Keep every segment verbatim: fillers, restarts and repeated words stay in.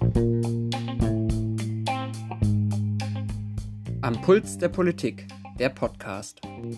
Am Puls der Politik, der Podcast.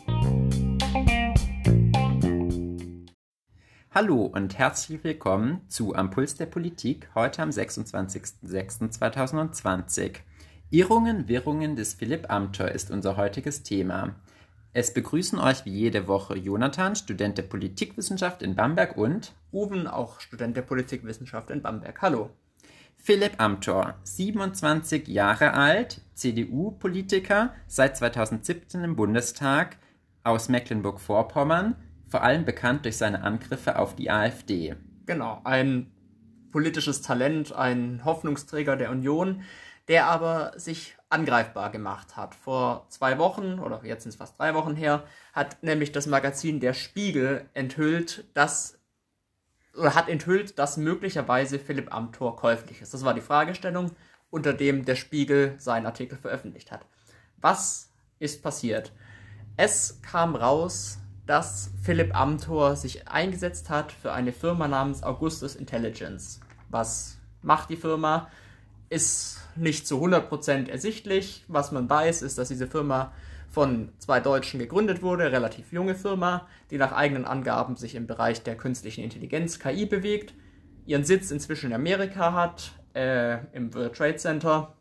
Hallo und herzlich willkommen zu Am Puls der Politik, heute am sechsundzwanzigsten sechsten zweitausendzwanzig. Irrungen, Wirrungen des Philipp Amthor ist unser heutiges Thema. Es begrüßen euch wie jede Woche Jonathan, Student der Politikwissenschaft in Bamberg, und Uwe, auch Student der Politikwissenschaft in Bamberg. Hallo. Philipp Amthor, siebenundzwanzig Jahre alt, C D U-Politiker, seit zweitausendsiebzehn im Bundestag, aus Mecklenburg-Vorpommern, vor allem bekannt durch seine Angriffe auf die AfD. Genau, ein politisches Talent, ein Hoffnungsträger der Union, der aber sich angreifbar gemacht hat. Vor zwei Wochen, oder jetzt sind es fast drei Wochen her, hat nämlich das Magazin Der Spiegel enthüllt, dass oder hat enthüllt, dass möglicherweise Philipp Amthor käuflich ist. Das war die Fragestellung, unter dem Der Spiegel seinen Artikel veröffentlicht hat. Was ist passiert? Es kam raus, dass Philipp Amthor sich eingesetzt hat für eine Firma namens Augustus Intelligence. Was macht die Firma? Ist nicht zu hundert Prozent ersichtlich. Was man weiß, ist, dass diese Firma von zwei Deutschen gegründet wurde, relativ junge Firma, die nach eigenen Angaben sich im Bereich der künstlichen Intelligenz, K I, bewegt, ihren Sitz inzwischen in Amerika hat, äh, im World Trade Center.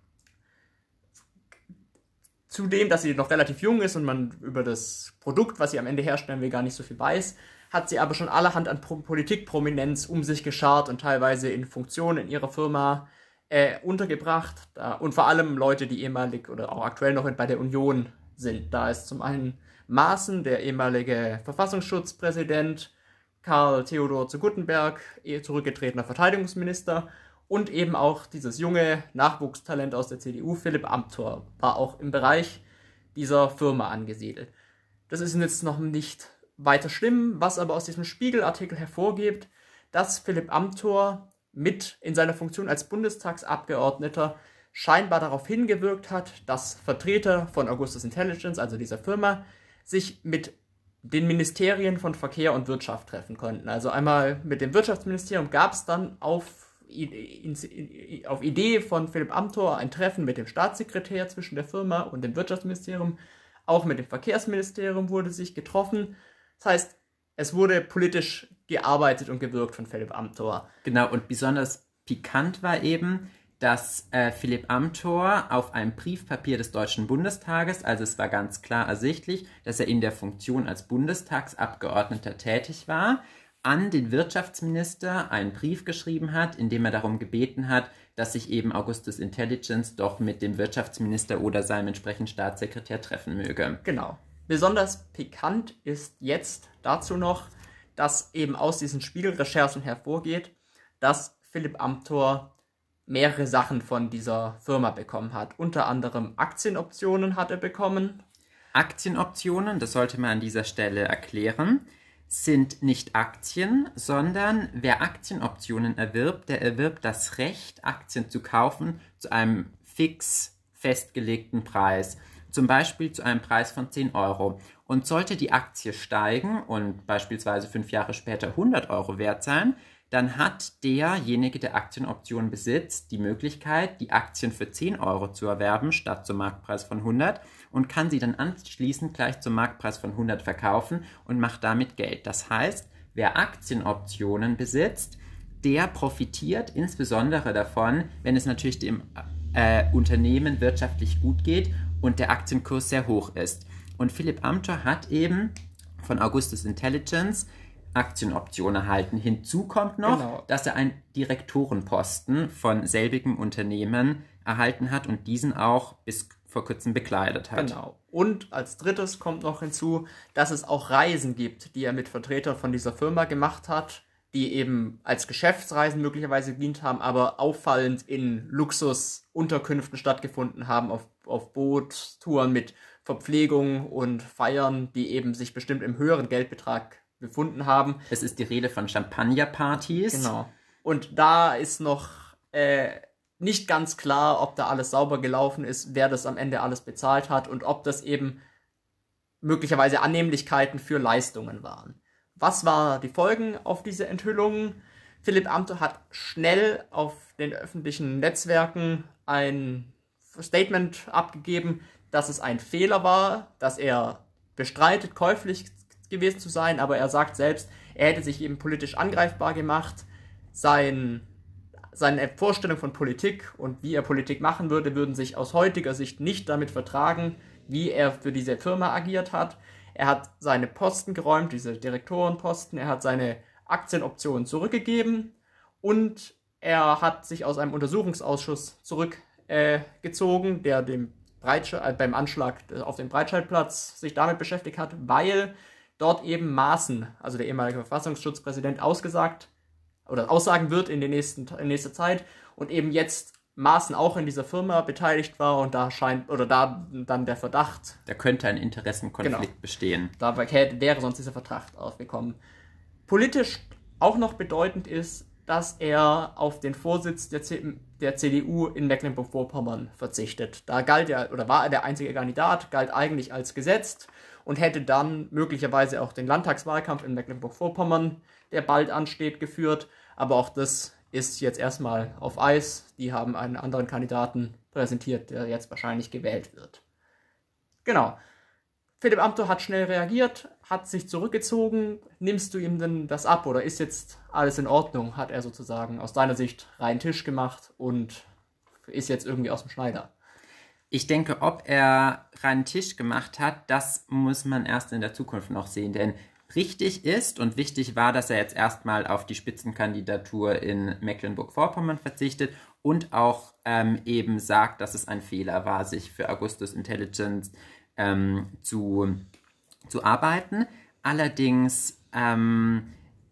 Zudem, dass sie noch relativ jung ist und man über das Produkt, was sie am Ende herstellen will, gar nicht so viel weiß, hat sie aber schon allerhand an Politikprominenz um sich geschart und teilweise in Funktionen in ihrer Firma äh, untergebracht. Da, und vor allem Leute, die ehemalig oder auch aktuell noch bei der Union sind. Da ist zum einen Maaßen, der ehemalige Verfassungsschutzpräsident, Karl Theodor zu Guttenberg, zurückgetretener Verteidigungsminister, und eben auch dieses junge Nachwuchstalent aus der C D U, Philipp Amthor, war auch im Bereich dieser Firma angesiedelt. Das ist jetzt noch nicht weiter schlimm, was aber aus diesem Spiegelartikel hervorgeht, dass Philipp Amthor mit in seiner Funktion als Bundestagsabgeordneter scheinbar darauf hingewirkt hat, dass Vertreter von Augustus Intelligence, also dieser Firma, sich mit den Ministerien von Verkehr und Wirtschaft treffen konnten. Also einmal mit dem Wirtschaftsministerium gab es dann auf, auf Idee von Philipp Amthor ein Treffen mit dem Staatssekretär zwischen der Firma und dem Wirtschaftsministerium. Auch mit dem Verkehrsministerium wurde sich getroffen. Das heißt, es wurde politisch gearbeitet und gewirkt von Philipp Amthor. Genau, und besonders pikant war eben, dass äh, Philipp Amthor auf einem Briefpapier des Deutschen Bundestages, also es war ganz klar ersichtlich, dass er in der Funktion als Bundestagsabgeordneter tätig war, an den Wirtschaftsminister einen Brief geschrieben hat, in dem er darum gebeten hat, dass sich eben Augustus Intelligence doch mit dem Wirtschaftsminister oder seinem entsprechenden Staatssekretär treffen möge. Genau. Besonders pikant ist jetzt dazu noch, dass eben aus diesen Spiegelrecherchen hervorgeht, dass Philipp Amthor mehrere Sachen von dieser Firma bekommen hat. Unter anderem Aktienoptionen hat er bekommen. Aktienoptionen, das sollte man an dieser Stelle erklären, sind nicht Aktien, sondern wer Aktienoptionen erwirbt, der erwirbt das Recht, Aktien zu kaufen zu einem fix festgelegten Preis. Zum Beispiel zu einem Preis von zehn Euro. Und sollte die Aktie steigen und beispielsweise fünf Jahre später hundert Euro wert sein, dann hat derjenige, der Aktienoptionen besitzt, die Möglichkeit, die Aktien für zehn Euro zu erwerben, statt zum Marktpreis von hundert, und kann sie dann anschließend gleich zum Marktpreis von hundert verkaufen und macht damit Geld. Das heißt, wer Aktienoptionen besitzt, der profitiert insbesondere davon, wenn es natürlich dem äh, Unternehmen wirtschaftlich gut geht und der Aktienkurs sehr hoch ist. Und Philipp Amthor hat eben von Augustus Intelligence Aktienoptionen erhalten. Hinzu kommt noch, genau, dass er einen Direktorenposten von selbigem Unternehmen erhalten hat und diesen auch bis vor kurzem bekleidet hat. Genau. Und als drittes kommt noch hinzu, dass es auch Reisen gibt, die er mit Vertretern von dieser Firma gemacht hat, die eben als Geschäftsreisen möglicherweise gedient haben, aber auffallend in Luxusunterkünften stattgefunden haben, auf, auf Bootstouren mit Verpflegung und Feiern, die eben sich bestimmt im höheren Geldbetrag befunden haben. Es ist die Rede von Champagnerpartys. Genau. Und da ist noch äh, nicht ganz klar, ob da alles sauber gelaufen ist, wer das am Ende alles bezahlt hat und ob das eben möglicherweise Annehmlichkeiten für Leistungen waren. Was waren die Folgen auf diese Enthüllungen? Philipp Amthor hat schnell auf den öffentlichen Netzwerken ein Statement abgegeben, dass es ein Fehler war, dass er bestreitet, käuflich gewesen zu sein, aber er sagt selbst, er hätte sich eben politisch angreifbar gemacht. Sein, seine Vorstellung von Politik und wie er Politik machen würde, würden sich aus heutiger Sicht nicht damit vertragen, wie er für diese Firma agiert hat. Er hat seine Posten geräumt, diese Direktorenposten, er hat seine Aktienoptionen zurückgegeben und er hat sich aus einem Untersuchungsausschuss zurückgezogen, äh, der dem Breitscheid, äh, beim Anschlag auf dem Breitscheidplatz sich damit beschäftigt hat, weil dort eben Maaßen, also der ehemalige Verfassungsschutzpräsident, ausgesagt oder aussagen wird in, den nächsten, in nächster Zeit und eben jetzt Maaßen auch in dieser Firma beteiligt war und da scheint, oder da dann der Verdacht... Da könnte ein Interessenkonflikt genau. bestehen. Da wäre sonst dieser Verdacht aufgekommen. Politisch auch noch bedeutend ist, dass er auf den Vorsitz der, C- der C D U in Mecklenburg-Vorpommern verzichtet. Da galt er, oder war er der einzige Kandidat, galt eigentlich als gesetzt und hätte dann möglicherweise auch den Landtagswahlkampf in Mecklenburg-Vorpommern, der bald ansteht, geführt. Aber auch das ist jetzt erstmal auf Eis. Die haben einen anderen Kandidaten präsentiert, der jetzt wahrscheinlich gewählt wird. Genau. Philipp Amthor hat schnell reagiert, hat sich zurückgezogen. Nimmst du ihm denn das ab oder ist jetzt alles in Ordnung? Hat er sozusagen aus deiner Sicht reinen Tisch gemacht und ist jetzt irgendwie aus dem Schneider? Ich denke, ob er reinen Tisch gemacht hat, das muss man erst in der Zukunft noch sehen. Denn richtig ist und wichtig war, dass er jetzt erstmal auf die Spitzenkandidatur in Mecklenburg-Vorpommern verzichtet und auch ähm, eben sagt, dass es ein Fehler war, sich für Augustus Intelligence ähm, zu, zu arbeiten. Allerdings ähm,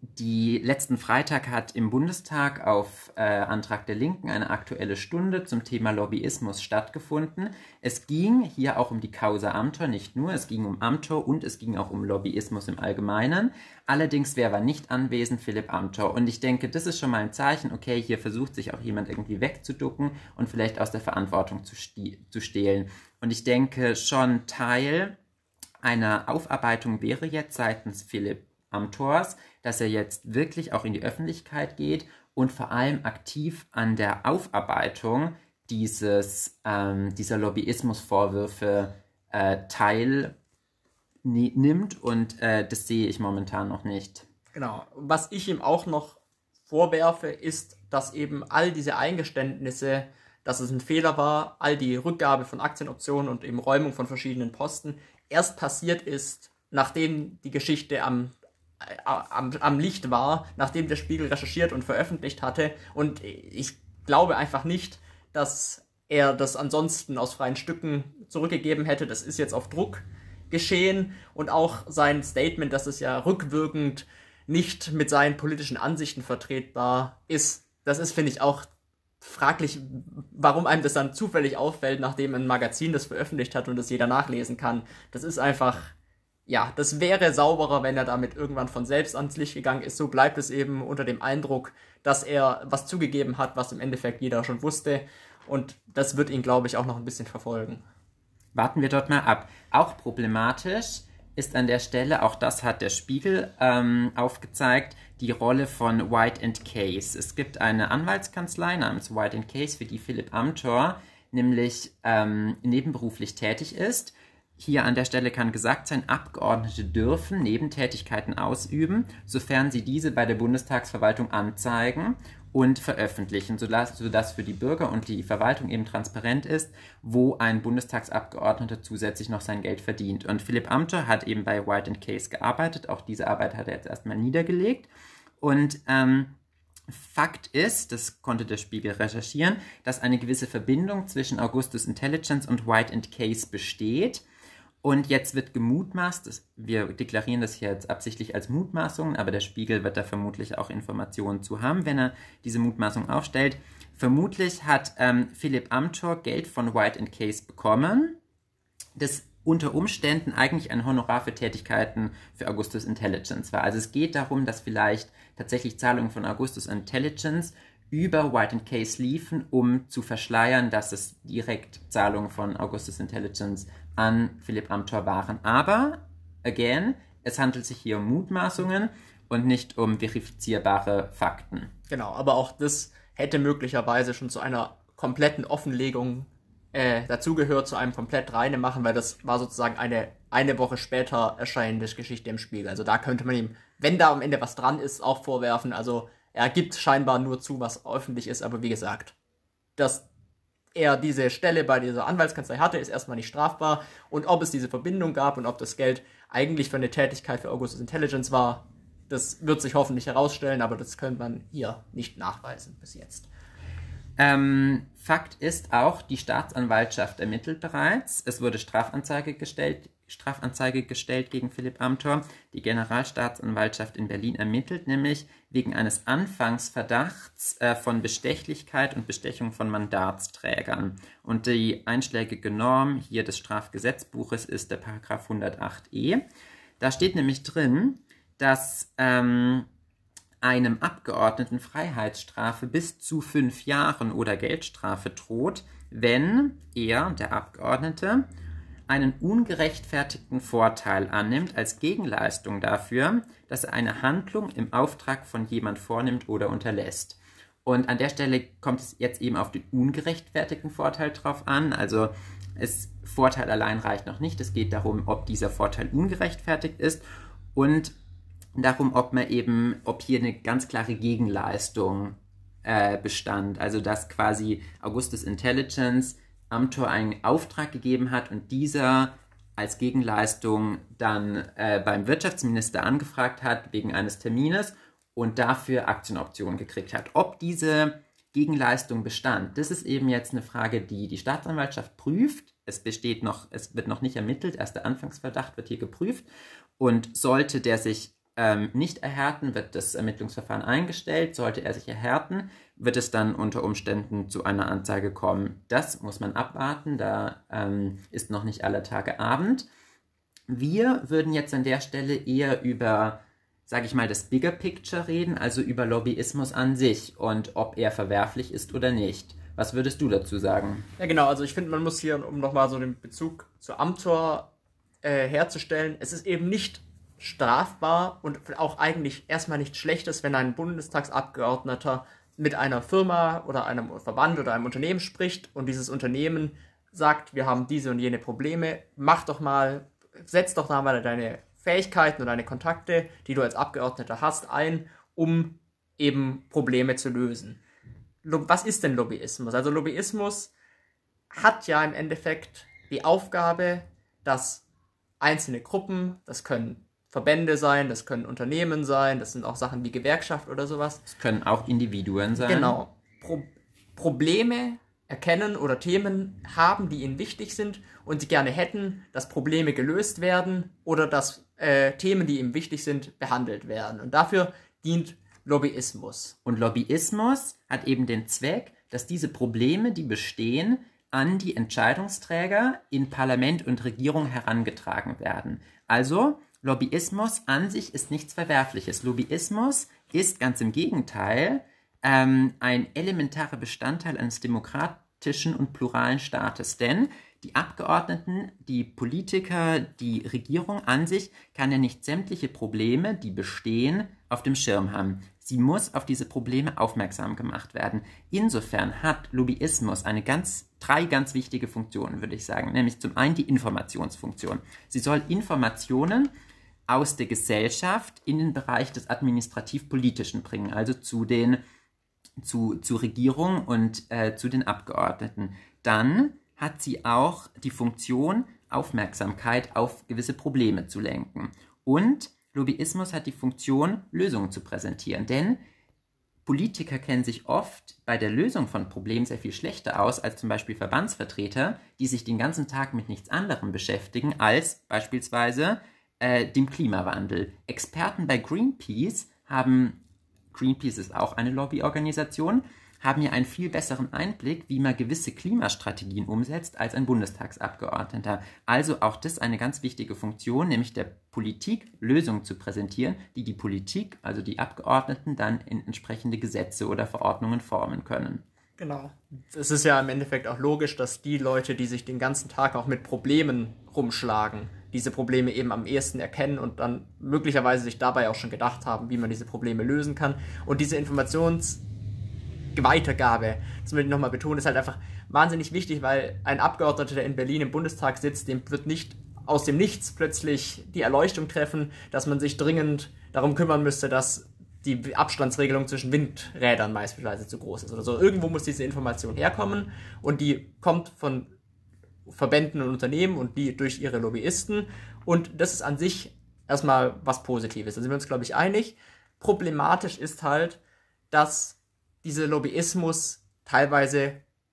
die letzten Freitag hat im Bundestag auf äh, Antrag der Linken eine aktuelle Stunde zum Thema Lobbyismus stattgefunden. Es ging hier auch um die Causa Amthor, nicht nur, es ging um Amthor und es ging auch um Lobbyismus im Allgemeinen. Allerdings, wer war nicht anwesend? Philipp Amthor. Und ich denke, das ist schon mal ein Zeichen, okay, hier versucht sich auch jemand irgendwie wegzuducken und vielleicht aus der Verantwortung zu, sti- zu stehlen. Und ich denke, schon Teil einer Aufarbeitung wäre jetzt seitens Philipp Amthors, dass er jetzt wirklich auch in die Öffentlichkeit geht und vor allem aktiv an der Aufarbeitung dieses, ähm, dieser Lobbyismusvorwürfe äh, teilnimmt und äh, das sehe ich momentan noch nicht. Genau. Was ich ihm auch noch vorwerfe, ist, dass eben all diese Eingeständnisse, dass es ein Fehler war, all die Rückgabe von Aktienoptionen und eben Räumung von verschiedenen Posten erst passiert ist, nachdem die Geschichte am Am, am Licht war, nachdem der Spiegel recherchiert und veröffentlicht hatte. Und ich glaube einfach nicht, dass er das ansonsten aus freien Stücken zurückgegeben hätte. Das ist jetzt auf Druck geschehen. Und auch sein Statement, dass es ja rückwirkend nicht mit seinen politischen Ansichten vertretbar ist, das ist, finde ich, auch fraglich, warum einem das dann zufällig auffällt, nachdem ein Magazin das veröffentlicht hat und das jeder nachlesen kann. Das ist einfach... Ja, das wäre sauberer, wenn er damit irgendwann von selbst ans Licht gegangen ist. So bleibt es eben unter dem Eindruck, dass er was zugegeben hat, was im Endeffekt jeder schon wusste. Und das wird ihn, glaube ich, auch noch ein bisschen verfolgen. Warten wir dort mal ab. Auch problematisch ist an der Stelle, auch das hat der Spiegel ähm, aufgezeigt, die Rolle von White and Case. Es gibt eine Anwaltskanzlei namens White and Case, für die Philipp Amthor nämlich ähm, nebenberuflich tätig ist. Hier an der Stelle kann gesagt sein, Abgeordnete dürfen Nebentätigkeiten ausüben, sofern sie diese bei der Bundestagsverwaltung anzeigen und veröffentlichen, sodass, sodass für die Bürger und die Verwaltung eben transparent ist, wo ein Bundestagsabgeordneter zusätzlich noch sein Geld verdient. Und Philipp Amthor hat eben bei White and Case gearbeitet, auch diese Arbeit hat er jetzt erstmal niedergelegt. Und ähm, Fakt ist, das konnte der Spiegel recherchieren, dass eine gewisse Verbindung zwischen Augustus Intelligence und White and Case besteht. Und jetzt wird gemutmaßt, das, wir deklarieren das hier jetzt absichtlich als Mutmaßungen, aber der Spiegel wird da vermutlich auch Informationen zu haben, wenn er diese Mutmaßung aufstellt. Vermutlich hat ähm, Philipp Amthor Geld von White and Case bekommen, das unter Umständen eigentlich ein Honorar für Tätigkeiten für Augustus Intelligence war. Also es geht darum, dass vielleicht tatsächlich Zahlungen von Augustus Intelligence über White and Case liefen, um zu verschleiern, dass es direkt Zahlungen von Augustus Intelligence an Philipp Amthor waren. Aber, again, es handelt sich hier um Mutmaßungen und nicht um verifizierbare Fakten. Genau, aber auch das hätte möglicherweise schon zu einer kompletten Offenlegung äh, dazugehört, zu einem komplett reinen Machen, weil das war sozusagen eine eine Woche später erscheinende Geschichte im Spiegel. Also da könnte man ihm, wenn da am Ende was dran ist, auch vorwerfen. Also er gibt scheinbar nur zu, was öffentlich ist, aber wie gesagt, dass er diese Stelle bei dieser Anwaltskanzlei hatte, ist erstmal nicht strafbar. Und ob es diese Verbindung gab und ob das Geld eigentlich für eine Tätigkeit für Augustus Intelligence war, das wird sich hoffentlich herausstellen, aber das könnte man hier nicht nachweisen bis jetzt. Ähm, Fakt ist auch, die Staatsanwaltschaft ermittelt bereits. Es wurde Strafanzeige gestellt, Strafanzeige gestellt gegen Philipp Amthor. Die Generalstaatsanwaltschaft in Berlin ermittelt nämlich wegen eines Anfangsverdachts äh, von Bestechlichkeit und Bestechung von Mandatsträgern. Und die einschlägige Norm hier des Strafgesetzbuches ist der Paragraph hundertacht e. Da steht nämlich drin, dass ähm, einem Abgeordneten Freiheitsstrafe bis zu fünf Jahren oder Geldstrafe droht, wenn er, der Abgeordnete, einen ungerechtfertigten Vorteil annimmt als Gegenleistung dafür, dass er eine Handlung im Auftrag von jemand vornimmt oder unterlässt. Und an der Stelle kommt es jetzt eben auf den ungerechtfertigten Vorteil drauf an. Also es, Vorteil allein reicht noch nicht. Es geht darum, ob dieser Vorteil ungerechtfertigt ist und darum, ob man eben, ob hier eine ganz klare Gegenleistung äh, bestand. Also dass quasi Augustus Intelligence Amthor einen Auftrag gegeben hat und dieser als Gegenleistung dann äh, beim Wirtschaftsminister angefragt hat wegen eines Termines und dafür Aktienoptionen gekriegt hat. Ob diese Gegenleistung bestand, das ist eben jetzt eine Frage, die die Staatsanwaltschaft prüft. Es besteht noch, es wird noch nicht ermittelt, erst der Anfangsverdacht wird hier geprüft und sollte der sich ähm, nicht erhärten, wird das Ermittlungsverfahren eingestellt. Sollte er sich erhärten, wird es dann unter Umständen zu einer Anzeige kommen. Das muss man abwarten, da ähm, ist noch nicht aller Tage Abend. Wir würden jetzt an der Stelle eher über, sage ich mal, das Bigger Picture reden, also über Lobbyismus an sich und ob er verwerflich ist oder nicht. Was würdest du dazu sagen? Ja genau, also ich finde, man muss hier, um nochmal so den Bezug zu Amthor äh, herzustellen, es ist eben nicht strafbar und auch eigentlich erstmal nichts Schlechtes, wenn ein Bundestagsabgeordneter mit einer Firma oder einem Verband oder einem Unternehmen spricht und dieses Unternehmen sagt, wir haben diese und jene Probleme, mach doch mal, setz doch da mal deine Fähigkeiten und deine Kontakte, die du als Abgeordneter hast, ein, um eben Probleme zu lösen. Was ist denn Lobbyismus? Also Lobbyismus hat ja im Endeffekt die Aufgabe, dass einzelne Gruppen, das können Verbände sein, das können Unternehmen sein, das sind auch Sachen wie Gewerkschaft oder sowas. Es können auch Individuen sein. Genau. Pro- Probleme erkennen oder Themen haben, die ihnen wichtig sind und sie gerne hätten, dass Probleme gelöst werden oder dass äh, Themen, die ihnen wichtig sind, behandelt werden. Und dafür dient Lobbyismus. Und Lobbyismus hat eben den Zweck, dass diese Probleme, die bestehen, an die Entscheidungsträger in Parlament und Regierung herangetragen werden. Also Lobbyismus an sich ist nichts Verwerfliches. Lobbyismus ist ganz im Gegenteil ähm, ein elementarer Bestandteil eines demokratischen und pluralen Staates. Denn die Abgeordneten, die Politiker, die Regierung an sich kann ja nicht sämtliche Probleme, die bestehen, auf dem Schirm haben. Sie muss auf diese Probleme aufmerksam gemacht werden. Insofern hat Lobbyismus eine ganz, drei ganz wichtige Funktionen, würde ich sagen. Nämlich zum einen die Informationsfunktion. Sie soll Informationen aus der Gesellschaft in den Bereich des Administrativ-Politischen bringen, also zu den zu, zu Regierung und äh, zu den Abgeordneten. Dann hat sie auch die Funktion, Aufmerksamkeit auf gewisse Probleme zu lenken. Und Lobbyismus hat die Funktion, Lösungen zu präsentieren. Denn Politiker kennen sich oft bei der Lösung von Problemen sehr viel schlechter aus als zum Beispiel Verbandsvertreter, die sich den ganzen Tag mit nichts anderem beschäftigen als beispielsweise äh, dem Klimawandel. Experten bei Greenpeace haben, Greenpeace ist auch eine Lobbyorganisation, haben ja einen viel besseren Einblick, wie man gewisse Klimastrategien umsetzt, als ein Bundestagsabgeordneter. Also auch das eine ganz wichtige Funktion, nämlich der Politik Lösungen zu präsentieren, die die Politik, also die Abgeordneten, dann in entsprechende Gesetze oder Verordnungen formen können. Genau. Es ist ja im Endeffekt auch logisch, dass die Leute, die sich den ganzen Tag auch mit Problemen rumschlagen, diese Probleme eben am ehesten erkennen und dann möglicherweise sich dabei auch schon gedacht haben, wie man diese Probleme lösen kann. Und diese Informationsweitergabe, das möchte ich nochmal betonen, ist halt einfach wahnsinnig wichtig, weil ein Abgeordneter, der in Berlin im Bundestag sitzt, dem wird nicht aus dem Nichts plötzlich die Erleuchtung treffen, dass man sich dringend darum kümmern müsste, dass die Abstandsregelung zwischen Windrädern beispielsweise zu groß ist oder so. Irgendwo muss diese Information herkommen und die kommt von Verbänden und Unternehmen und die durch ihre Lobbyisten und das ist an sich erstmal was Positives. Da sind wir uns, glaube ich, einig. Problematisch ist halt, dass dieser Lobbyismus teilweise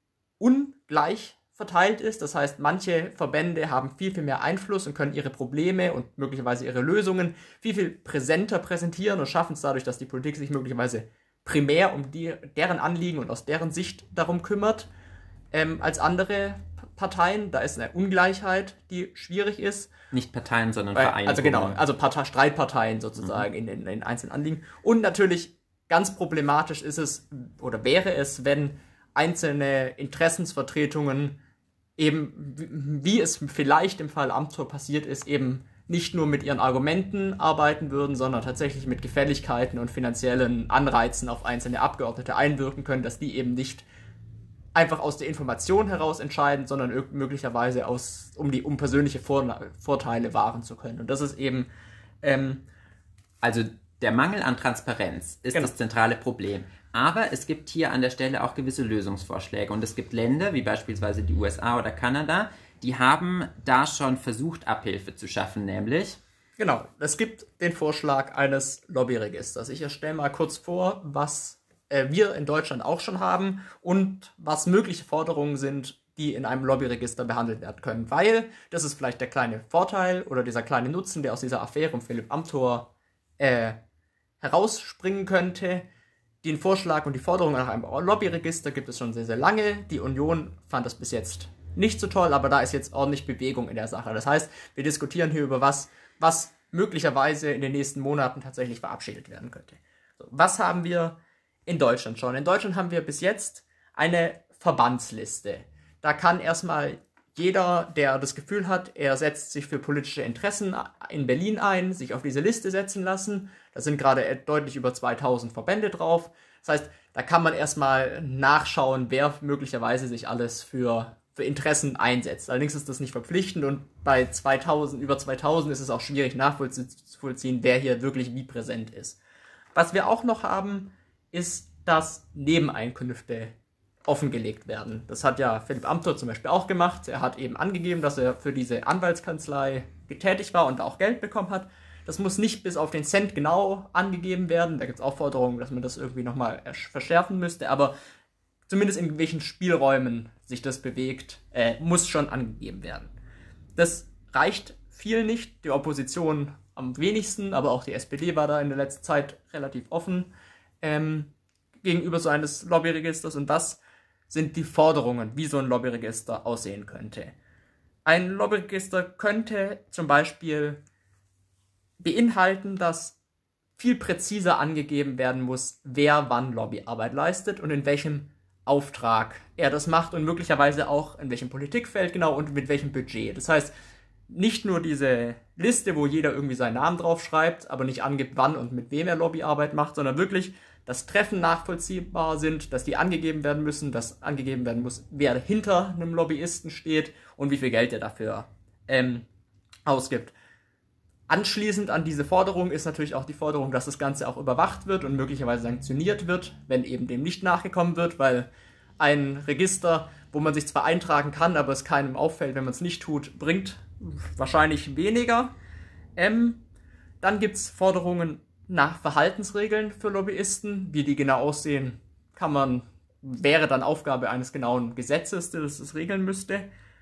ungleich verteilt ist. Das heißt, manche Verbände haben viel, viel mehr Einfluss und können ihre Probleme und möglicherweise ihre Lösungen viel, viel präsenter präsentieren und schaffen es dadurch, dass die Politik sich möglicherweise primär um die, deren Anliegen und aus deren Sicht darum kümmert, ähm, als andere Parteien. Da ist eine Ungleichheit, die schwierig ist. Nicht Parteien, sondern Vereine. Also genau, also Partei, Streitparteien sozusagen mhm. in, in, in einzelnen Anliegen. Und natürlich ganz problematisch ist es oder wäre es, wenn einzelne Interessensvertretungen eben, wie es vielleicht im Fall Amthor passiert ist, eben nicht nur mit ihren Argumenten arbeiten würden, sondern tatsächlich mit Gefälligkeiten und finanziellen Anreizen auf einzelne Abgeordnete einwirken können, dass die eben nicht einfach aus der Information heraus entscheiden, sondern möglicherweise aus, um die um persönliche Vor- Vorteile wahren zu können. Und das ist eben ähm, also der Mangel an Transparenz ist genau. das zentrale Problem. Aber es gibt hier an der Stelle auch gewisse Lösungsvorschläge. Und es gibt Länder, wie beispielsweise die U S A oder Kanada, die haben da schon versucht, Abhilfe zu schaffen, nämlich... Genau, es gibt den Vorschlag eines Lobbyregisters. Ich stelle mal kurz vor, was äh, wir in Deutschland auch schon haben und was mögliche Forderungen sind, die in einem Lobbyregister behandelt werden können. Weil, das ist vielleicht der kleine Vorteil oder dieser kleine Nutzen, der aus dieser Affäre um Philipp Amthor äh, herausspringen könnte. Den Vorschlag und die Forderung nach einem Lobbyregister gibt es schon sehr, sehr lange. Die Union fand das bis jetzt nicht so toll, aber da ist jetzt ordentlich Bewegung in der Sache. Das heißt, wir diskutieren hier über was, was möglicherweise in den nächsten Monaten tatsächlich verabschiedet werden könnte. So, was haben wir in Deutschland schon? In Deutschland haben wir bis jetzt eine Verbandsliste. Da kann erstmal jeder, der das Gefühl hat, er setzt sich für politische Interessen in Berlin ein, sich auf diese Liste setzen lassen. Da sind gerade deutlich über zweitausend Verbände drauf. Das heißt, da kann man erstmal nachschauen, wer möglicherweise sich alles für, für Interessen einsetzt. Allerdings ist das nicht verpflichtend und bei zweitausend, über zweitausend ist es auch schwierig nachzuvollziehen, wer hier wirklich wie präsent ist. Was wir auch noch haben, ist, dass Nebeneinkünfte offengelegt werden. Das hat ja Philipp Amthor zum Beispiel auch gemacht. Er hat eben angegeben, dass er für diese Anwaltskanzlei getätigt war und auch Geld bekommen hat. Das muss nicht bis auf den Cent genau angegeben werden. Da gibt es auch Forderungen, dass man das irgendwie nochmal verschärfen müsste. Aber zumindest in welchen Spielräumen sich das bewegt, äh, muss schon angegeben werden. Das reicht viel nicht. Die Opposition am wenigsten, aber auch die S P D war da in der letzten Zeit relativ offen ähm, gegenüber so eines Lobbyregisters. Und das sind die Forderungen, wie so ein Lobbyregister aussehen könnte. Ein Lobbyregister könnte zum Beispiel beinhalten, dass viel präziser angegeben werden muss, wer wann Lobbyarbeit leistet und in welchem Auftrag er das macht und möglicherweise auch in welchem Politikfeld genau und mit welchem Budget. Das heißt, nicht nur diese Liste, wo jeder irgendwie seinen Namen drauf schreibt, aber nicht angibt, wann und mit wem er Lobbyarbeit macht, sondern wirklich, dass Treffen nachvollziehbar sind, dass die angegeben werden müssen, dass angegeben werden muss, wer hinter einem Lobbyisten steht und wie viel Geld er dafür ähm, ausgibt. Anschließend an diese Forderung ist natürlich auch die Forderung, dass das Ganze auch überwacht wird und möglicherweise sanktioniert wird, wenn eben dem nicht nachgekommen wird, weil ein Register, wo man sich zwar eintragen kann, aber es keinem auffällt, wenn man es nicht tut, bringt wahrscheinlich weniger. Ähm, dann gibt es Forderungen nach Verhaltensregeln für Lobbyisten. Wie die genau aussehen, kann man, wäre dann Aufgabe eines genauen Gesetzes, das es regeln müsste.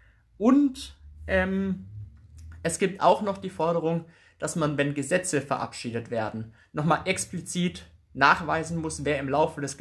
Und ähm, es gibt auch noch die Forderung, dass man, wenn Gesetze verabschiedet werden, nochmal explizit nachweisen muss, wer im Laufe des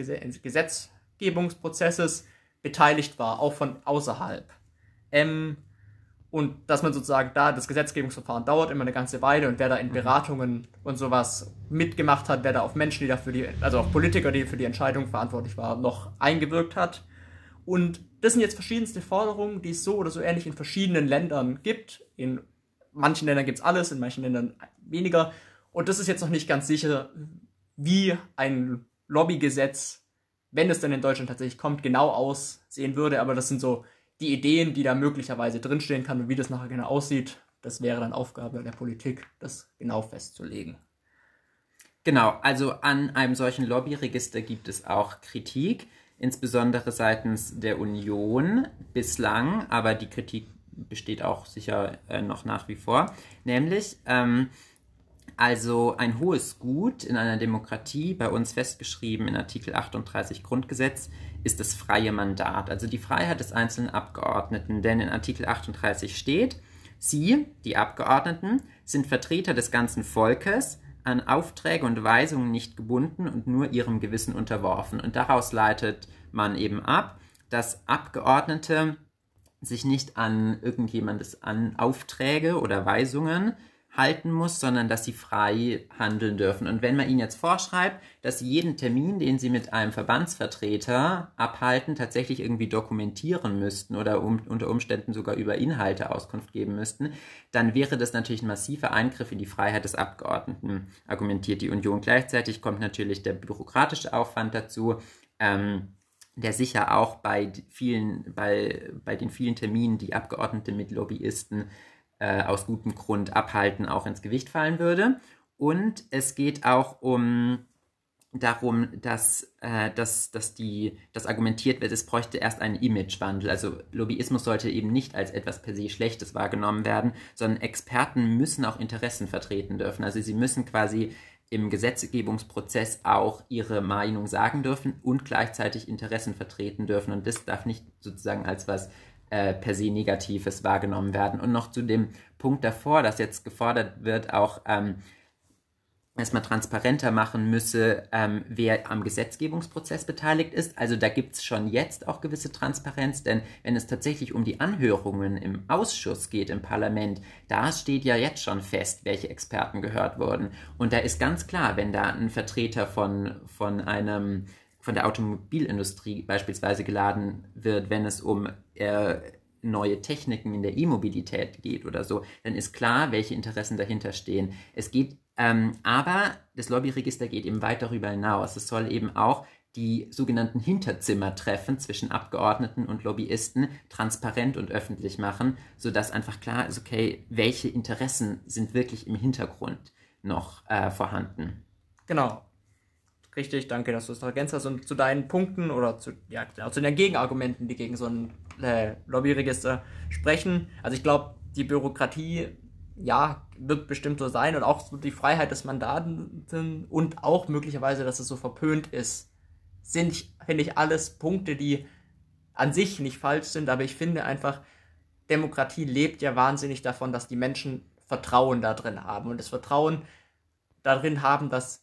Gesetzgebungsprozesses beteiligt war, auch von außerhalb. Ähm, und dass man sozusagen da, das Gesetzgebungsverfahren dauert immer eine ganze Weile und wer da in Beratungen und sowas mitgemacht hat, wer da auf Menschen, die dafür die, also auf Politiker, die für die Entscheidung verantwortlich waren, noch eingewirkt hat. Und das sind jetzt verschiedenste Forderungen, die es so oder so ähnlich in verschiedenen Ländern gibt. In manchen Ländern gibt es alles, in manchen Ländern weniger. Und das ist jetzt noch nicht ganz sicher, wie ein Lobbygesetz, wenn es dann in Deutschland tatsächlich kommt, genau aussehen würde. Aber das sind so die Ideen, die da möglicherweise drinstehen kann und wie das nachher genau aussieht. Das wäre dann Aufgabe der Politik, das genau festzulegen. Genau, also an einem solchen Lobbyregister gibt es auch Kritik, insbesondere seitens der Union bislang, aber die Kritik besteht auch sicher äh, noch nach wie vor, nämlich ähm, also ein hohes Gut in einer Demokratie, bei uns festgeschrieben in Artikel achtunddreißig Grundgesetz, ist das freie Mandat, also die Freiheit des einzelnen Abgeordneten, denn in Artikel achtunddreißig steht, Sie, die Abgeordneten, sind Vertreter des ganzen Volkes, an Aufträge und Weisungen nicht gebunden und nur ihrem Gewissen unterworfen. Und daraus leitet man eben ab, dass Abgeordnete sich nicht an irgendjemandes an Aufträge oder Weisungen halten muss, sondern dass sie frei handeln dürfen. Und wenn man ihnen jetzt vorschreibt, dass sie jeden Termin, den sie mit einem Verbandsvertreter abhalten, tatsächlich irgendwie dokumentieren müssten oder um, unter Umständen sogar über Inhalte Auskunft geben müssten, dann wäre das natürlich ein massiver Eingriff in die Freiheit des Abgeordneten, argumentiert die Union. Gleichzeitig kommt natürlich der bürokratische Aufwand dazu, ähm, der sicher auch bei vielen, bei, bei den vielen Terminen, die Abgeordnete mit Lobbyisten aus gutem Grund abhalten, auch ins Gewicht fallen würde. Und es geht auch um darum, dass, äh, dass, dass, die, dass argumentiert wird, es bräuchte erst einen Imagewandel. Also Lobbyismus sollte eben nicht als etwas per se Schlechtes wahrgenommen werden, sondern Experten müssen auch Interessen vertreten dürfen. Also sie müssen quasi im Gesetzgebungsprozess auch ihre Meinung sagen dürfen und gleichzeitig Interessen vertreten dürfen. Und das darf nicht sozusagen als was per se Negatives wahrgenommen werden. Und noch zu dem Punkt davor, dass jetzt gefordert wird, auch ähm, dass man transparenter machen müsse, ähm, wer am Gesetzgebungsprozess beteiligt ist. Also da gibt es schon jetzt auch gewisse Transparenz, denn wenn es tatsächlich um die Anhörungen im Ausschuss geht, im Parlament, da steht ja jetzt schon fest, welche Experten gehört wurden. Und da ist ganz klar, wenn da ein Vertreter von, von einem von der Automobilindustrie beispielsweise geladen wird, wenn es um äh, neue Techniken in der E-Mobilität geht oder so, dann ist klar, welche Interessen dahinter stehen. Es geht, ähm, aber das Lobbyregister geht eben weit darüber hinaus. Es soll eben auch die sogenannten Hinterzimmertreffen zwischen Abgeordneten und Lobbyisten transparent und öffentlich machen, sodass einfach klar ist, okay, welche Interessen sind wirklich im Hintergrund noch äh, vorhanden. Genau. Richtig, danke, dass du es noch ergänzt hast. Und zu deinen Punkten oder zu, ja, zu den Gegenargumenten, die gegen so ein äh, Lobbyregister sprechen. Also ich glaube, die Bürokratie, ja, wird bestimmt so sein und auch die Freiheit des Mandanten und auch möglicherweise, dass es so verpönt ist, sind, finde ich, alles Punkte, die an sich nicht falsch sind, aber ich finde einfach, Demokratie lebt ja wahnsinnig davon, dass die Menschen Vertrauen da drin haben und das Vertrauen darin haben, dass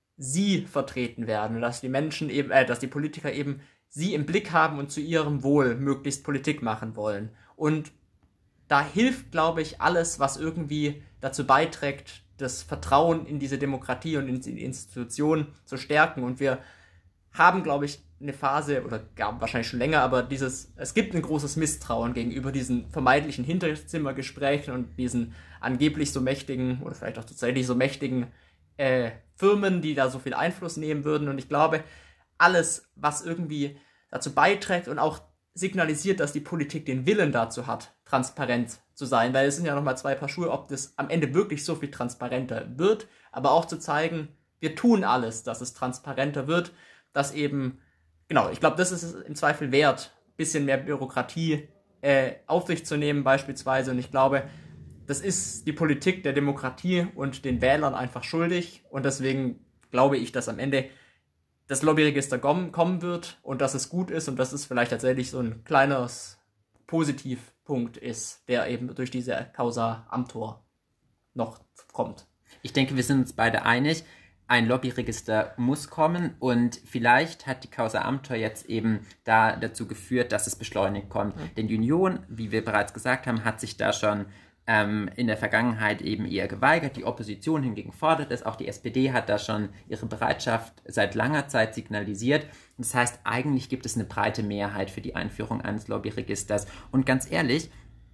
sie vertreten werden und dass die Menschen eben, äh, dass die Politiker eben sie im Blick haben und zu ihrem Wohl möglichst Politik machen wollen. Und da hilft, glaube ich, alles, was irgendwie dazu beiträgt, das Vertrauen in diese Demokratie und in die Institutionen zu stärken. Und wir haben, glaube ich, eine Phase, oder gab wahrscheinlich schon länger, aber dieses, es gibt ein großes Misstrauen gegenüber diesen vermeintlichen Hinterzimmergesprächen und diesen angeblich so mächtigen, oder vielleicht auch tatsächlich so mächtigen äh, Firmen, die da so viel Einfluss nehmen würden. Und ich glaube, alles, was irgendwie dazu beiträgt und auch signalisiert, dass die Politik den Willen dazu hat, transparent zu sein, weil es sind ja nochmal zwei Paar Schuhe, ob das am Ende wirklich so viel transparenter wird, aber auch zu zeigen, wir tun alles, dass es transparenter wird, dass eben, genau, ich glaube, das ist es im Zweifel wert, ein bisschen mehr Bürokratie äh, auf sich zu nehmen beispielsweise. Und ich glaube, das ist die Politik der Demokratie und den Wählern einfach schuldig. Und deswegen glaube ich, dass am Ende das Lobbyregister kommen wird und dass es gut ist und dass es vielleicht tatsächlich so ein kleines Positivpunkt ist, der eben durch diese Causa Amthor noch kommt. Ich denke, wir sind uns beide einig, ein Lobbyregister muss kommen und vielleicht hat die Causa Amthor jetzt eben da dazu geführt, dass es beschleunigt kommt. Mhm. Denn die Union, wie wir bereits gesagt haben, hat sich da schon ähm, in der Vergangenheit eben eher geweigert, die Opposition hingegen fordert es. Auch die S P D hat da schon ihre Bereitschaft seit langer Zeit signalisiert. Das heißt, eigentlich gibt es eine breite Mehrheit für die Einführung eines Lobbyregisters. Und ganz ehrlich,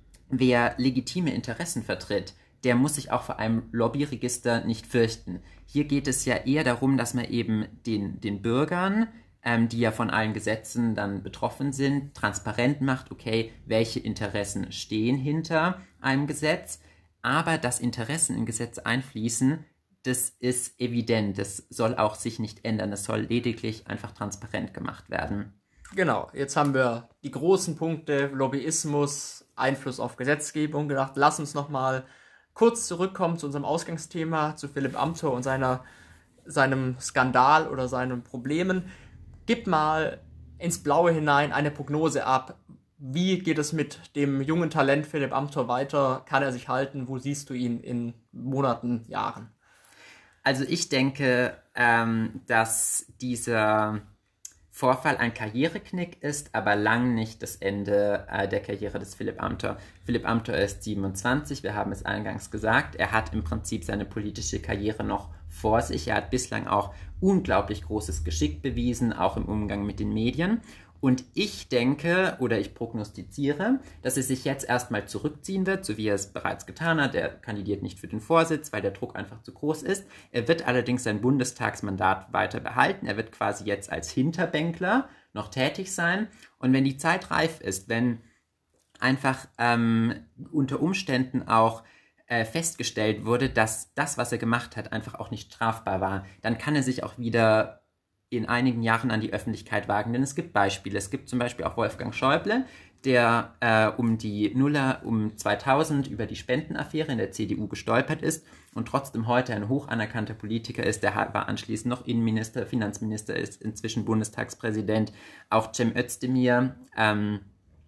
wer legitime Interessen vertritt, der muss sich auch vor einem Lobbyregister nicht fürchten. Hier geht es ja eher darum, dass man eben den, den Bürgern, ähm, die ja von allen Gesetzen dann betroffen sind, transparent macht, okay, welche Interessen stehen hinter einem Gesetz, aber dass Interessen in Gesetze einfließen, das ist evident, das soll auch sich nicht ändern, das soll lediglich einfach transparent gemacht werden. Genau, jetzt haben wir die großen Punkte Lobbyismus, Einfluss auf Gesetzgebung gedacht. Lass uns nochmal kurz zurückkommen zu unserem Ausgangsthema, zu Philipp Amthor und seiner, seinem Skandal oder seinen Problemen. Gib mal ins Blaue hinein eine Prognose ab. Wie geht es mit dem jungen Talent Philipp Amthor weiter? Kann er sich halten? Wo siehst du ihn in Monaten, Jahren? Also ich denke, ähm, dass dieser Vorfall ein Karriereknick ist, aber lang nicht das Ende äh, der Karriere des Philipp Amthor. Philipp Amthor ist siebenundzwanzig, wir haben es eingangs gesagt. Er hat im Prinzip seine politische Karriere noch vor sich. Er hat bislang auch unglaublich großes Geschick bewiesen, auch im Umgang mit den Medien. Und ich denke, oder ich prognostiziere, dass er sich jetzt erstmal zurückziehen wird, so wie er es bereits getan hat. Er kandidiert nicht für den Vorsitz, weil der Druck einfach zu groß ist. Er wird allerdings sein Bundestagsmandat weiter behalten. Er wird quasi jetzt als Hinterbänkler noch tätig sein. Und wenn die Zeit reif ist, wenn einfach ähm, unter Umständen auch äh, festgestellt wurde, dass das, was er gemacht hat, einfach auch nicht strafbar war, dann kann er sich auch wieder in einigen Jahren an die Öffentlichkeit wagen, denn es gibt Beispiele. Es gibt zum Beispiel auch Wolfgang Schäuble, der äh, um die Nuller, um zweitausend über die Spendenaffäre in der C D U gestolpert ist und trotzdem heute ein hoch anerkannter Politiker ist. Der war anschließend noch Innenminister, Finanzminister, ist inzwischen Bundestagspräsident. Auch Cem Özdemir, ähm,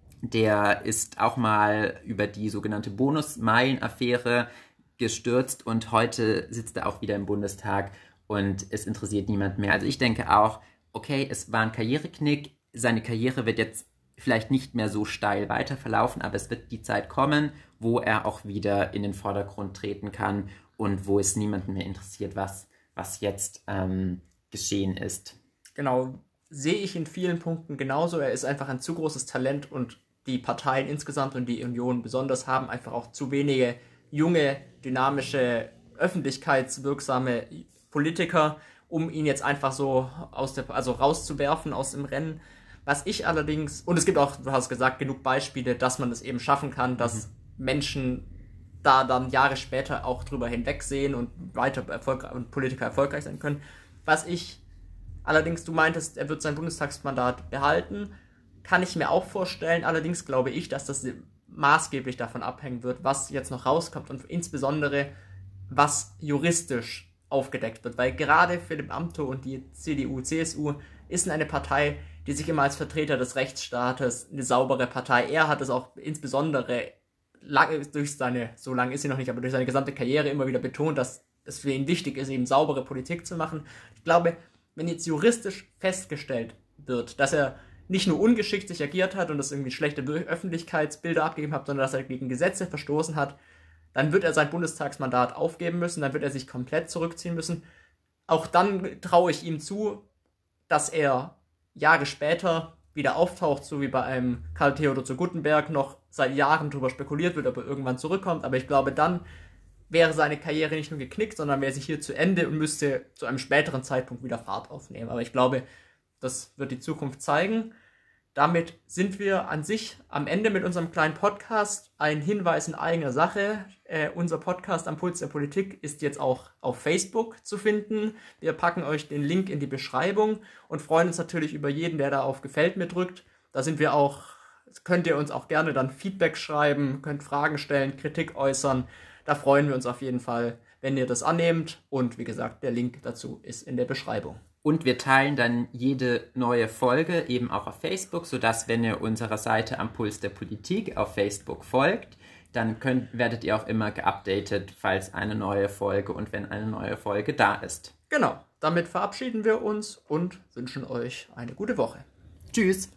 der ist auch mal über die sogenannte Bonusmeilen-Affäre gestürzt und heute sitzt er auch wieder im Bundestag. Und es interessiert niemand mehr. Also ich denke auch, okay, es war ein Karriereknick. Seine Karriere wird jetzt vielleicht nicht mehr so steil weiter verlaufen, aber es wird die Zeit kommen, wo er auch wieder in den Vordergrund treten kann und wo es niemanden mehr interessiert, was, was jetzt ähm, geschehen ist. Genau, sehe ich in vielen Punkten genauso. Er ist einfach ein zu großes Talent und die Parteien insgesamt und die Union besonders haben einfach auch zu wenige junge, dynamische, öffentlichkeitswirksame Politiker, um ihn jetzt einfach so aus der, also rauszuwerfen aus dem Rennen. Was ich allerdings, und es gibt auch, du hast gesagt, genug Beispiele, dass man es eben schaffen kann, dass mhm. Menschen da dann Jahre später auch drüber hinwegsehen und weiter erfolgreich und Politiker erfolgreich sein können. Was ich allerdings, du meintest, er wird sein Bundestagsmandat behalten, kann ich mir auch vorstellen. Allerdings glaube ich, dass das maßgeblich davon abhängen wird, was jetzt noch rauskommt und insbesondere, was juristisch aufgedeckt wird, weil gerade Philipp Amthor und die C D U, C S U ist eine Partei, die sich immer als Vertreter des Rechtsstaates, eine saubere Partei, er hat es auch insbesondere lange, durch seine, so lange ist sie noch nicht, aber durch seine gesamte Karriere immer wieder betont, dass es für ihn wichtig ist, eben saubere Politik zu machen. Ich glaube, wenn jetzt juristisch festgestellt wird, dass er nicht nur ungeschickt sich agiert hat und das irgendwie schlechte Öffentlichkeitsbilder abgegeben hat, sondern dass er gegen Gesetze verstoßen hat, dann wird er sein Bundestagsmandat aufgeben müssen, dann wird er sich komplett zurückziehen müssen. Auch dann traue ich ihm zu, dass er Jahre später wieder auftaucht, so wie bei einem Karl Theodor zu Guttenberg noch seit Jahren darüber spekuliert wird, ob er irgendwann zurückkommt. Aber ich glaube, dann wäre seine Karriere nicht nur geknickt, sondern wäre sie hier zu Ende und müsste zu einem späteren Zeitpunkt wieder Fahrt aufnehmen. Aber ich glaube, das wird die Zukunft zeigen. Damit sind wir an sich am Ende mit unserem kleinen Podcast. Ein Hinweis in eigener Sache. Äh, unser Podcast am Puls der Politik ist jetzt auch auf Facebook zu finden. Wir packen euch den Link in die Beschreibung und freuen uns natürlich über jeden, der da auf Gefällt mir drückt. Da sind wir auch, könnt ihr uns auch gerne dann Feedback schreiben, könnt Fragen stellen, Kritik äußern. Da freuen wir uns auf jeden Fall, wenn ihr das annehmt. Und wie gesagt, der Link dazu ist in der Beschreibung. Und wir teilen dann jede neue Folge eben auch auf Facebook, sodass, wenn ihr unserer Seite am Puls der Politik auf Facebook folgt, dann könnt, werdet ihr auch immer geupdatet, falls eine neue Folge und wenn eine neue Folge da ist. Genau, damit verabschieden wir uns und wünschen euch eine gute Woche. Tschüss!